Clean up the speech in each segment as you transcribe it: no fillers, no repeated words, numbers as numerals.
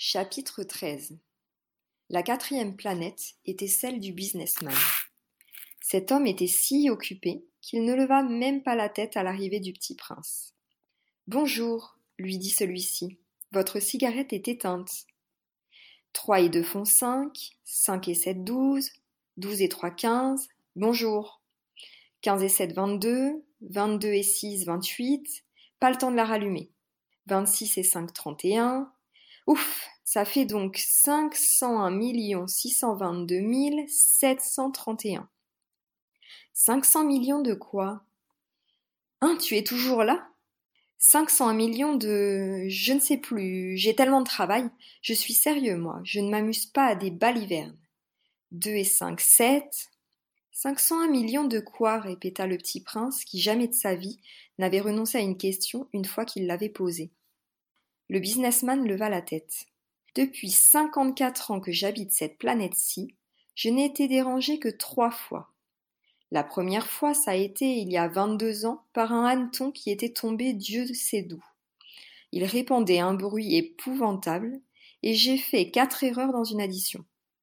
Chapitre 13. La quatrième planète était celle du businessman. Cet homme était si occupé qu'il ne leva même pas la tête à l'arrivée du petit prince. « Bonjour, lui dit celui-ci, votre cigarette est éteinte. 3 et 2 font 5, 5 et 7 12, 12 et 3 15, bonjour. 15 et 7 22, 22 et 6 28, pas le temps de la rallumer. 26 et 5 31, ouf, ça fait donc 501 622 731. 500 millions de quoi? Hein, tu es toujours là? 501 millions de... Je ne sais plus, j'ai tellement de travail. Je suis sérieux, moi, je ne m'amuse pas à des balivernes. 2 et 5, 7... 501 millions de quoi? Répéta le petit prince, qui jamais de sa vie n'avait renoncé à une question une fois qu'il l'avait posée. Le businessman leva la tête. Depuis 54 ans que j'habite cette planète-ci, je n'ai été dérangé que 3 fois. La première fois, ça a été il y a 22 ans par un hanneton qui était tombé Dieu sait d'où. Il répandait un bruit épouvantable et j'ai fait 4 erreurs dans une addition.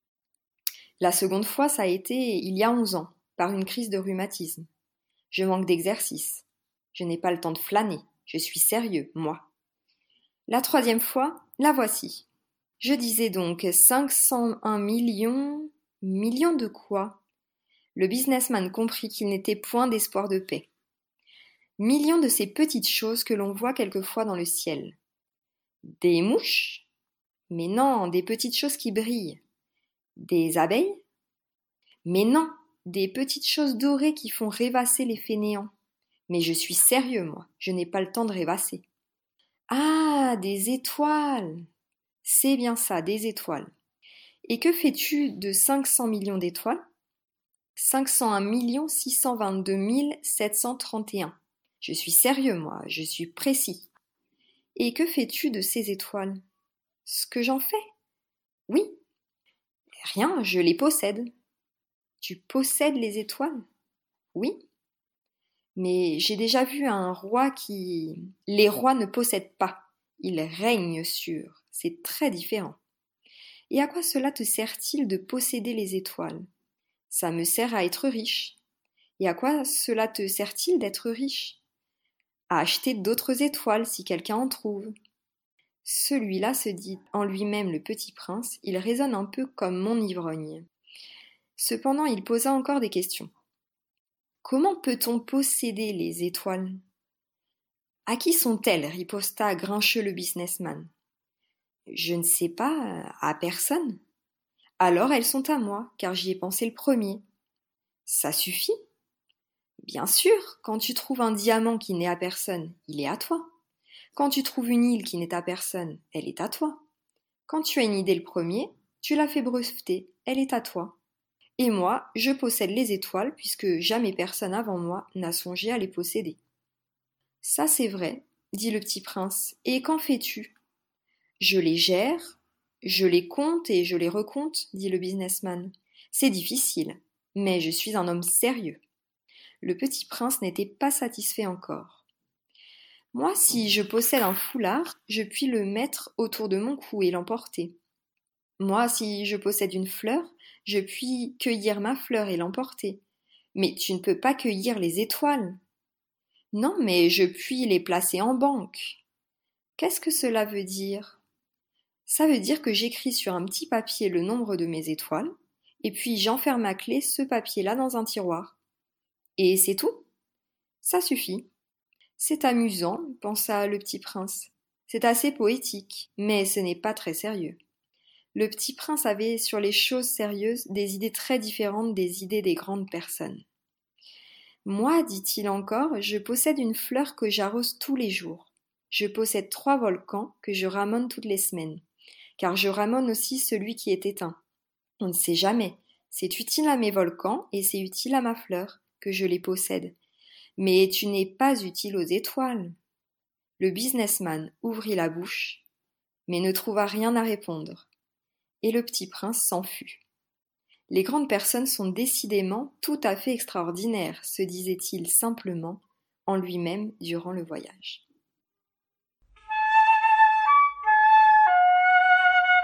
La seconde fois, ça a été il y a 11 ans, par une crise de rhumatisme. Je manque d'exercice. Je n'ai pas le temps de flâner. Je suis sérieux, moi. La troisième fois, la voici. Je disais donc 501 millions... Millions de quoi? Le businessman comprit qu'il n'était point d'espoir de paix. Millions de ces petites choses que l'on voit quelquefois dans le ciel. Des mouches? Mais non, des petites choses qui brillent. Des abeilles? Mais non, des petites choses dorées qui font rêvasser les fainéants. Mais je suis sérieux, moi, je n'ai pas le temps de rêvasser. Ah, des étoiles! C'est bien ça, des étoiles. Et que fais-tu de 500 millions d'étoiles? 501 622 731. Je suis sérieux, moi, je suis précis. Et que fais-tu de ces étoiles? Ce que j'en fais? Oui. Rien, je les possède. Tu possèdes les étoiles? Oui. Mais j'ai déjà vu un roi qui... Les rois ne possèdent pas, ils règnent sur. C'est très différent. Et à quoi cela te sert-il de posséder les étoiles? Ça me sert à être riche. Et à quoi cela te sert-il d'être riche? À acheter d'autres étoiles si quelqu'un en trouve. Celui-là se dit en lui-même le petit prince, il raisonne un peu comme mon ivrogne. Cependant, il posa encore des questions. Comment peut-on posséder les étoiles? À qui sont-elles? Riposta grincheux le businessman. Je ne sais pas, à personne. Alors elles sont à moi, car j'y ai pensé le premier. Ça suffit? Bien sûr, quand tu trouves un diamant qui n'est à personne, il est à toi. Quand tu trouves une île qui n'est à personne, elle est à toi. Quand tu as une idée le premier, tu l'as fait breveter, elle est à toi. Et moi, je possède les étoiles puisque jamais personne avant moi n'a songé à les posséder. Ça c'est vrai, dit le petit prince, et qu'en fais-tu? Je les gère, je les compte et je les recompte, dit le businessman. C'est difficile, mais je suis un homme sérieux. Le petit prince n'était pas satisfait encore. Moi, si je possède un foulard, je puis le mettre autour de mon cou et l'emporter. Moi, si je possède une fleur, je puis cueillir ma fleur et l'emporter. Mais tu ne peux pas cueillir les étoiles. Non, mais je puis les placer en banque. Qu'est-ce que cela veut dire? Ça veut dire que j'écris sur un petit papier le nombre de mes étoiles, et puis j'enferme à clé ce papier-là dans un tiroir. Et c'est tout? Ça suffit. C'est amusant, pensa le petit prince. C'est assez poétique, mais ce n'est pas très sérieux. Le petit prince avait sur les choses sérieuses des idées très différentes des idées des grandes personnes. Moi, dit-il encore, je possède une fleur que j'arrose tous les jours. Je possède 3 volcans que je ramone toutes les semaines, car je ramone aussi celui qui est éteint. On ne sait jamais, c'est utile à mes volcans et c'est utile à ma fleur, que je les possède. Mais tu n'es pas utile aux étoiles. Le businessman ouvrit la bouche, mais ne trouva rien à répondre. Et le petit prince s'en fut. Les grandes personnes sont décidément tout à fait extraordinaires, se disait-il simplement en lui-même durant le voyage.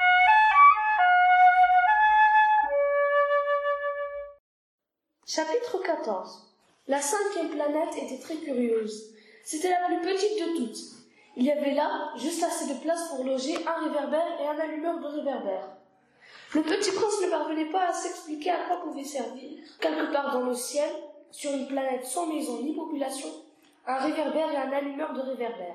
Chapitre 14. La 5e planète était très curieuse. C'était la plus petite de toutes. Il y avait là juste assez de place pour loger un réverbère et un allumeur de réverbère. Le petit prince ne parvenait pas à s'expliquer à quoi pouvait servir, quelque part dans le ciel, sur une planète sans maison ni population, un réverbère et un allumeur de réverbère.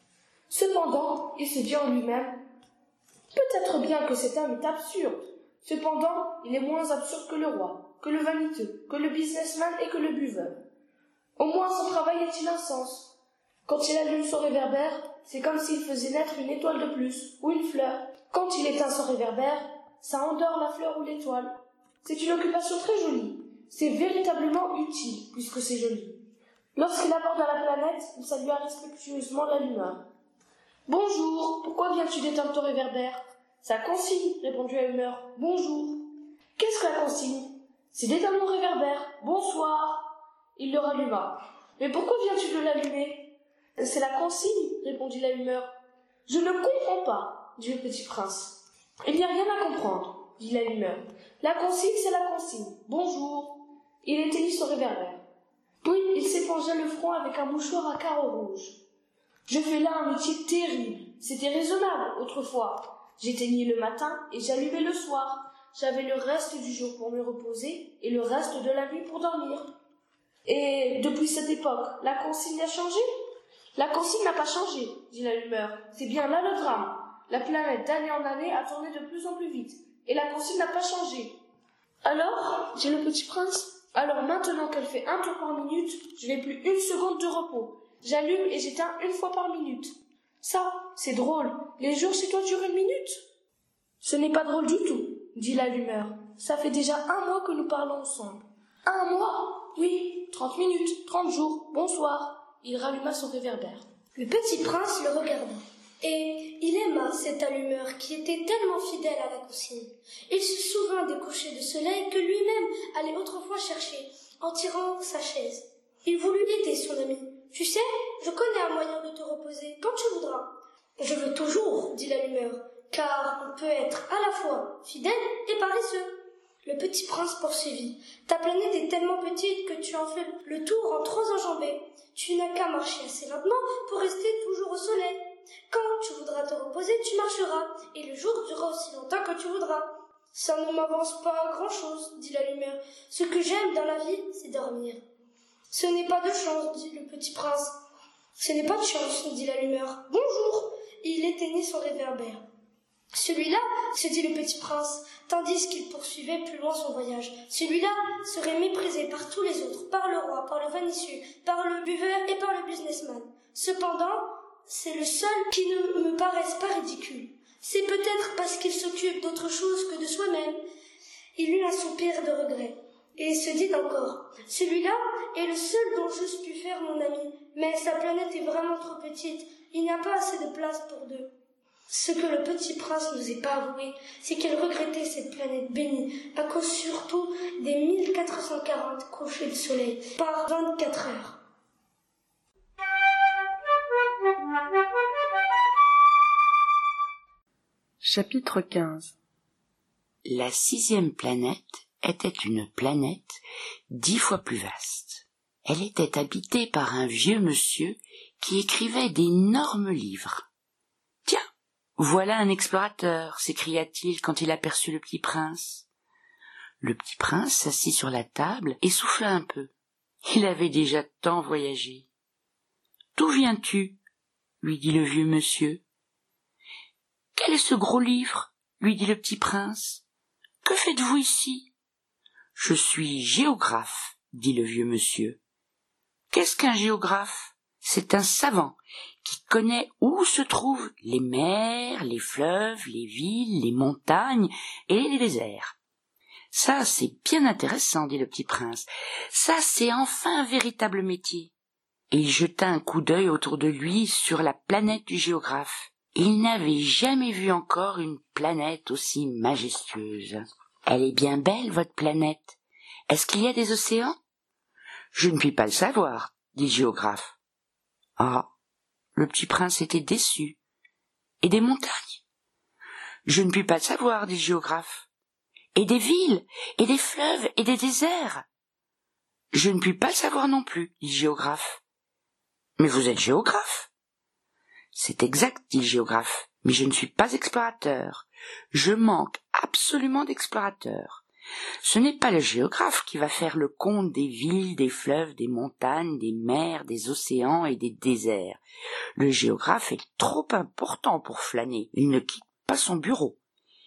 Cependant, il se dit en lui-même, peut-être bien que cet homme est absurde. Cependant, il est moins absurde que le roi, que le vaniteux, que le businessman et que le buveur. Au moins son travail a-t-il un sens. Quand il allume son réverbère, c'est comme s'il faisait naître une étoile de plus, ou une fleur. Quand il éteint son réverbère, ça endort la fleur ou l'étoile. C'est une occupation très jolie. C'est véritablement utile, puisque c'est joli. Lorsqu'il aborde à la planète, il salua respectueusement l'allumeur. « Bonjour, pourquoi viens-tu d'éteindre ton réverbère ?»« Ça consigne, répondit l'allumeur. « Bonjour. »« Qu'est-ce que la consigne ?»« C'est d'éteindre mon réverbère. Bonsoir. » Il le ralluma. « Mais pourquoi viens-tu de l'allumer ?»« C'est la consigne, répondit l'allumeur. »« Je ne comprends pas, dit le petit prince. »« Il n'y a rien à comprendre, dit l'allumeur. La consigne, c'est la consigne. Bonjour. » Il éteignit son réverbère. Puis il s'épongea le front avec un mouchoir à carreaux rouges. « Je fais là un métier terrible. C'était raisonnable autrefois. J'éteignais le matin et j'allumais le soir. J'avais le reste du jour pour me reposer et le reste de la nuit pour dormir. Et depuis cette époque, la consigne a changé ? La consigne n'a pas changé, dit l'allumeur. C'est bien là le drame. La planète d'année en année a tourné de plus en plus vite et la consigne n'a pas changé. Alors, dit le petit prince, alors maintenant qu'elle fait un tour par minute, je n'ai plus une seconde de repos. J'allume et j'éteins une fois par minute. Ça, c'est drôle. Les jours chez toi durent une minute ? Ce n'est pas drôle du tout, dit l'allumeur. Ça fait déjà un mois que nous parlons ensemble. Un mois ? Oui, 30 minutes, 30 jours, bonsoir. Il ralluma son réverbère. Le petit prince le regarda. Et il aima cet allumeur qui était tellement fidèle à la consigne. Il se souvint des couchers de soleil que lui-même allait autrefois chercher en tirant sa chaise. Il voulut aider son ami. « Tu sais, je connais un moyen de te reposer quand tu voudras. »« Je veux toujours, dit l'allumeur, car on peut être à la fois fidèle et paresseux. » Le petit prince poursuivit. « Ta planète est tellement petite que tu en fais le tour en 3 enjambées. Tu n'as qu'à marcher assez lentement pour rester toujours au soleil. Quand tu voudras te reposer, tu marcheras, et le jour durera aussi longtemps que tu voudras. »« Ça ne m'avance pas grand-chose, dit l'allumeur. Ce que j'aime dans la vie, c'est dormir. »« Ce n'est pas de chance, dit le petit prince. »« Ce n'est pas de chance, dit l'allumeur. Bonjour. » Et il éteignit son réverbère. Celui-là, se dit le petit prince, tandis qu'il poursuivait plus loin son voyage, celui-là serait méprisé par tous les autres, par le roi, par le vaniteux, par le buveur et par le businessman. Cependant, c'est le seul qui ne me paraisse pas ridicule. C'est peut-être parce qu'il s'occupe d'autre chose que de soi-même. Il eut un soupir de regret, et se dit encore, celui-là est le seul dont j'eusse pu faire mon ami, mais sa planète est vraiment trop petite, il n'y a pas assez de place pour deux. Ce que le petit prince n'osait pas avouer, c'est qu'il regrettait cette planète bénie, à cause surtout des 1440 couchers de soleil par 24 heures. Chapitre 15. La 6e planète était une planète 10 fois plus vaste. Elle était habitée par un vieux monsieur qui écrivait d'énormes livres. « Tiens, voilà un explorateur !» s'écria-t-il quand il aperçut le petit prince. Le petit prince s'assit sur la table et souffla un peu. Il avait déjà tant voyagé. « D'où viens-tu » lui dit le vieux monsieur. « Quel est ce gros livre » lui dit le petit prince. « Que faites-vous ici ?»« Je suis géographe » dit le vieux monsieur. « Qu'est-ce qu'un géographe ? C'est un savant qui connaît où se trouvent les mers, les fleuves, les villes, les montagnes et les déserts. »« Ça, c'est bien intéressant, dit le petit prince. Ça, c'est enfin un véritable métier. » Et il jeta un coup d'œil autour de lui sur la planète du géographe. Il n'avait jamais vu encore une planète aussi majestueuse. « Elle est bien belle, votre planète. Est-ce qu'il y a des océans ?»« Je ne puis pas le savoir, dit le géographe. »« Ah, le petit prince était déçu. Et des montagnes ? Je ne puis pas le savoir, dit le géographe. Et des villes, et des fleuves, et des déserts ? Je ne puis pas le savoir non plus, dit le géographe. Mais vous êtes géographe. C'est exact, dit le géographe, mais je ne suis pas explorateur. Je manque absolument d'explorateurs. Ce n'est pas le géographe qui va faire le compte des villes, des fleuves, des montagnes, des mers, des océans et des déserts. Le géographe est trop important pour flâner. Il ne quitte pas son bureau.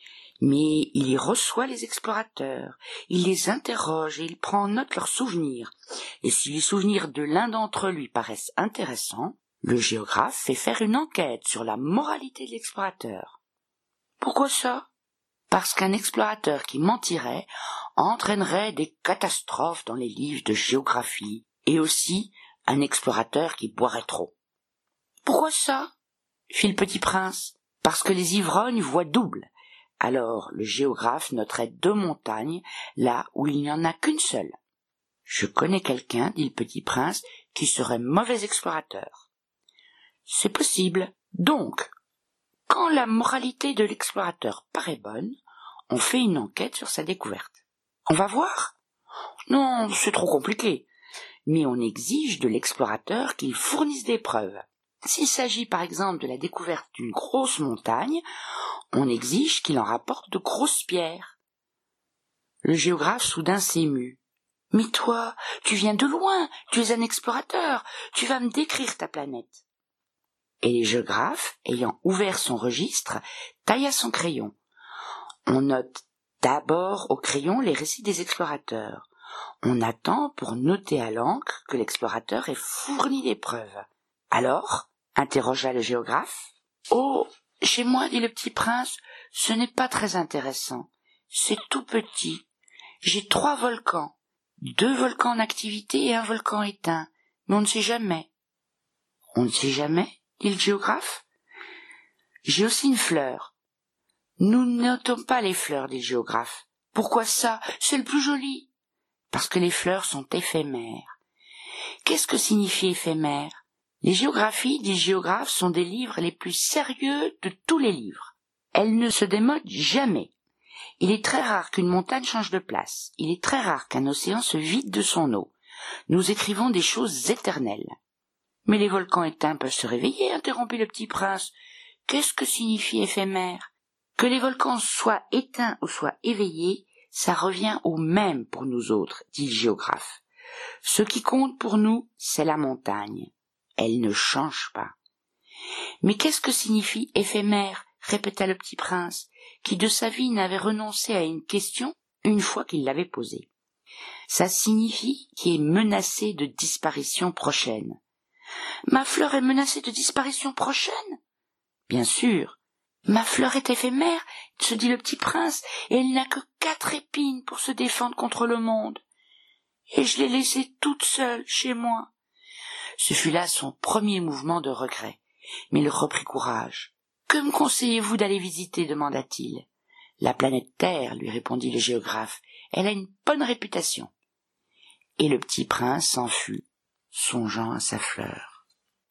Mais il y reçoit les explorateurs, il les interroge et il prend en note leurs souvenirs. Et si les souvenirs de l'un d'entre eux lui paraissent intéressants, le géographe fait faire une enquête sur la moralité de l'explorateur. Pourquoi ça? Parce qu'un explorateur qui mentirait entraînerait des catastrophes dans les livres de géographie, et aussi un explorateur qui boirait trop. Pourquoi ça? Fit le petit prince. Parce que les ivrognes voient double. Alors le géographe noterait 2 montagnes là où il n'y en a qu'une seule. Je connais quelqu'un, dit le petit prince, qui serait mauvais explorateur. C'est possible. Donc, quand la moralité de l'explorateur paraît bonne, on fait une enquête sur sa découverte. On va voir? Non, c'est trop compliqué. Mais on exige de l'explorateur qu'il fournisse des preuves. S'il s'agit par exemple de la découverte d'une grosse montagne, on exige qu'il en rapporte de grosses pierres. Le géographe soudain s'émut. « Mais toi, tu viens de loin, tu es un explorateur, tu vas me décrire ta planète. » Et le géographe, ayant ouvert son registre, tailla son crayon. On note d'abord au crayon les récits des explorateurs. On attend pour noter à l'encre que l'explorateur ait fourni des preuves. « Alors ?» interrogea le géographe. « Oh, chez moi, dit le petit prince, ce n'est pas très intéressant. C'est tout petit. J'ai 3 volcans, 2 volcans en activité et un volcan éteint, mais on ne sait jamais. »« On ne sait jamais ?» dit le géographe. « J'ai aussi une fleur. »« Nous ne notons pas les fleurs, dit le géographe. »« Pourquoi ça? C'est le plus joli. »« Parce que les fleurs sont éphémères. » Qu'est-ce que signifie éphémère? Les géographies, dit le géographe, sont des livres les plus sérieux de tous les livres. Elles ne se démodent jamais. Il est très rare qu'une montagne change de place. Il est très rare qu'un océan se vide de son eau. Nous écrivons des choses éternelles. Mais les volcans éteints peuvent se réveiller, interrompit le petit prince. Qu'est-ce que signifie éphémère? Que les volcans soient éteints ou soient éveillés, ça revient au même pour nous autres, dit le géographe. Ce qui compte pour nous, c'est la montagne. Elle ne change pas. Mais qu'est-ce que signifie éphémère? Répéta le petit prince, qui de sa vie n'avait renoncé à une question une fois qu'il l'avait posée. Ça signifie qu'il est menacé de disparition prochaine. Ma fleur est menacée de disparition prochaine? Bien sûr. Ma fleur est éphémère, se dit le petit prince, et elle n'a que 4 épines pour se défendre contre le monde. Et je l'ai laissée toute seule chez moi. Ce fut là son premier mouvement de regret, mais il reprit courage. « Que me conseillez-vous d'aller visiter ?» demanda-t-il. « La planète Terre, » lui répondit le géographe. « Elle a une bonne réputation. » Et le petit prince s'en fut, songeant à sa fleur.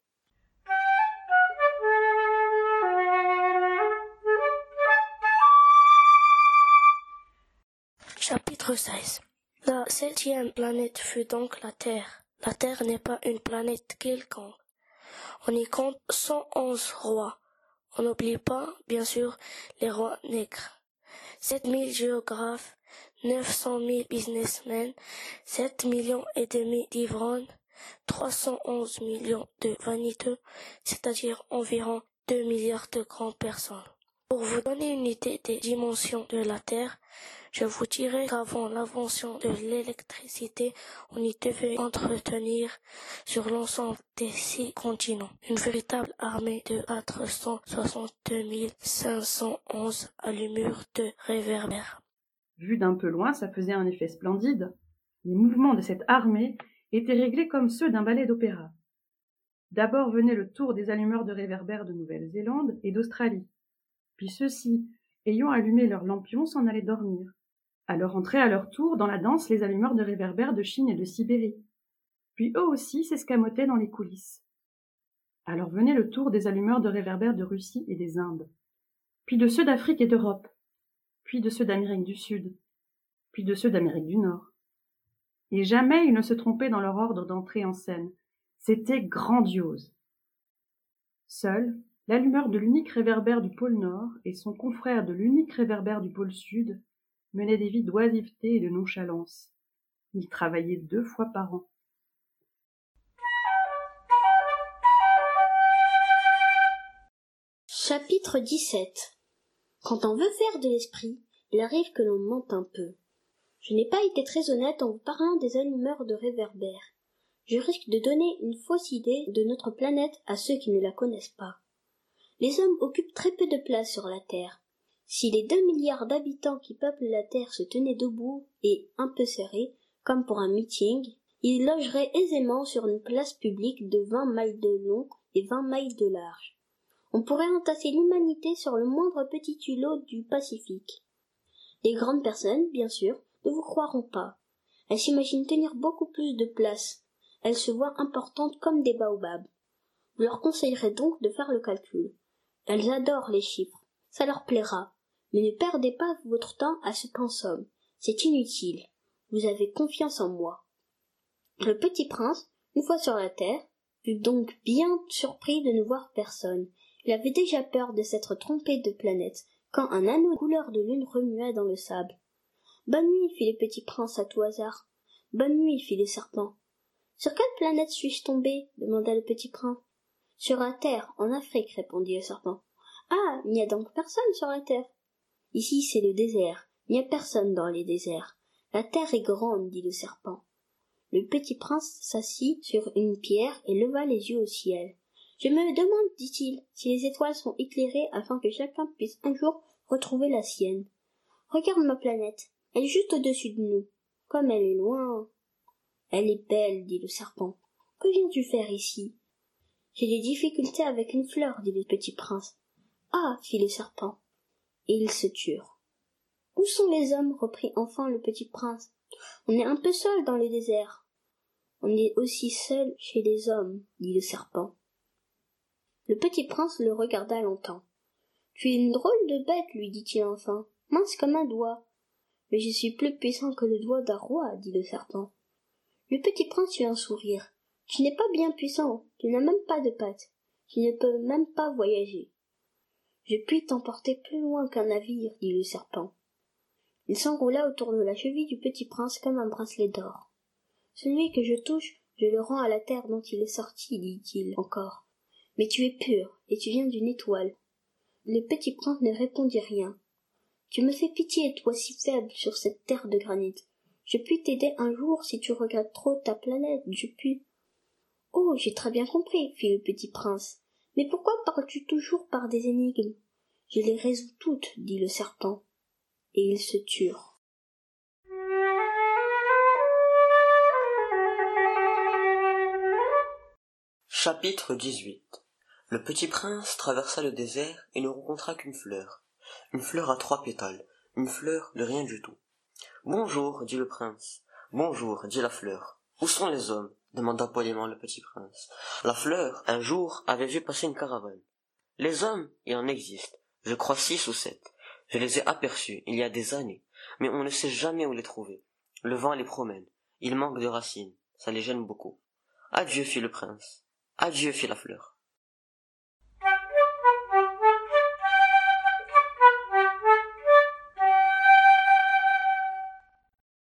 Chapitre 16. La 7e planète fut donc la Terre. La Terre n'est pas une planète quelconque. On y compte 111 rois. On n'oublie pas, bien sûr, les rois nègres. 7000 géographes, 900 000 businessmen, 7 millions et demi d'ivrognes, 311 millions de vaniteux, c'est-à-dire environ 2 milliards de grandes personnes. Pour vous donner une idée des dimensions de la Terre, je vous dirai qu'avant l'invention de l'électricité, on y devait entretenir sur l'ensemble des 6 continents une véritable armée de 462 511 allumures de réverbères. Vu d'un peu loin, ça faisait un effet splendide. Les mouvements de cette armée étaient réglés comme ceux d'un ballet d'opéra. D'abord venait le tour des allumeurs de réverbères de Nouvelle-Zélande et d'Australie. Puis ceux-ci, ayant allumé leurs lampions, s'en allaient dormir. Alors entraient à leur tour dans la danse les allumeurs de réverbères de Chine et de Sibérie. Puis eux aussi s'escamotaient dans les coulisses. Alors venait le tour des allumeurs de réverbères de Russie et des Indes, puis de ceux d'Afrique et d'Europe, puis de ceux d'Amérique du Sud, puis de ceux d'Amérique du Nord. Et jamais ils ne se trompaient dans leur ordre d'entrée en scène. C'était grandiose. Seul, l'allumeur de l'unique réverbère du pôle Nord et son confrère de l'unique réverbère du pôle Sud menaient des vies d'oisiveté et de nonchalance. Ils travaillaient 2 fois par an. Chapitre 17. Quand on veut faire de l'esprit, il arrive que l'on mente un peu. Je n'ai pas été très honnête en vous parlant des allumeurs de réverbères. Je risque de donner une fausse idée de notre planète à ceux qui ne la connaissent pas. Les hommes occupent très peu de place sur la Terre. Si les 2 milliards d'habitants qui peuplent la Terre se tenaient debout et un peu serrés, comme pour un meeting, ils logeraient aisément sur une place publique de 20 mailles de long et 20 mailles de large. On pourrait entasser l'humanité sur le moindre petit îlot du Pacifique. Les grandes personnes, bien sûr, ne vous croiront pas. Elles s'imaginent tenir beaucoup plus de place. Elles se voient importantes comme des baobabs. Vous leur conseillerez donc de faire le calcul. Elles adorent les chiffres. Ça leur plaira. Mais ne perdez pas votre temps à ce pensum. C'est inutile. Vous avez confiance en moi. Le petit prince, une fois sur la terre, fut donc bien surpris de ne voir personne. Il avait déjà peur de s'être trompé de planète, quand un anneau couleur de lune remua dans le sable. « Bonne nuit, fit le petit prince à tout hasard. « Bonne nuit, fit le serpent. »« Sur quelle planète suis-je tombé ?» demanda le petit prince. « Sur la Terre, en Afrique, répondit le serpent. « Ah, il n'y a donc personne sur la Terre. »« Ici, c'est le désert. Il n'y a personne dans les déserts. La Terre est grande, dit le serpent. » Le petit prince s'assit sur une pierre et leva les yeux au ciel. « Je me demande, dit-il, si les étoiles sont éclairées afin que chacun puisse un jour retrouver la sienne. Regarde ma planète. Elle est juste au-dessus de nous. Comme elle est loin. »« Elle est belle, dit le serpent. Que viens-tu faire ici ?»« J'ai des difficultés avec une fleur, dit le petit prince. »« Ah, fit le serpent. » Et ils se turent. « Où sont les hommes ?» reprit enfin le petit prince. « On est un peu seul dans le désert. »« On est aussi seul chez les hommes, dit le serpent. » Le petit prince le regarda longtemps. « Tu es une drôle de bête, lui dit-il enfin, mince comme un doigt. »« Mais je suis plus puissant que le doigt d'un roi, dit le serpent. » Le petit prince eut un sourire. « Tu n'es pas bien puissant, tu n'as même pas de pattes, tu ne peux même pas voyager. »« Je puis t'emporter plus loin qu'un navire, dit le serpent. » Il s'enroula autour de la cheville du petit prince comme un bracelet d'or. « Celui que je touche, je le rends à la terre dont il est sorti, dit-il encore. Mais tu es pur, et tu viens d'une étoile. » Le petit prince ne répondit rien. « Tu me fais pitié, toi si faible sur cette terre de granit. Je puis t'aider un jour si tu regrettes trop ta planète, je puis. »« Oh, j'ai très bien compris, fit le petit prince. Mais pourquoi parles-tu toujours par des énigmes ? Je les résous toutes, dit le serpent. Et ils se turent. Chapitre 18. Le petit prince traversa le désert et ne rencontra qu'une fleur à 3 pétales, une fleur de rien du tout. « Bonjour, dit le prince. « Bonjour, dit la fleur. Où sont les hommes ?» demanda poliment le petit prince. La fleur, un jour, avait vu passer une caravane. « Les hommes, il en existe, je crois 6 ou 7. Je les ai aperçus il y a des années, mais on ne sait jamais où les trouver. Le vent les promène, ils manquent de racines, ça les gêne beaucoup. Adieu, fit le prince. Adieu, fit la fleur.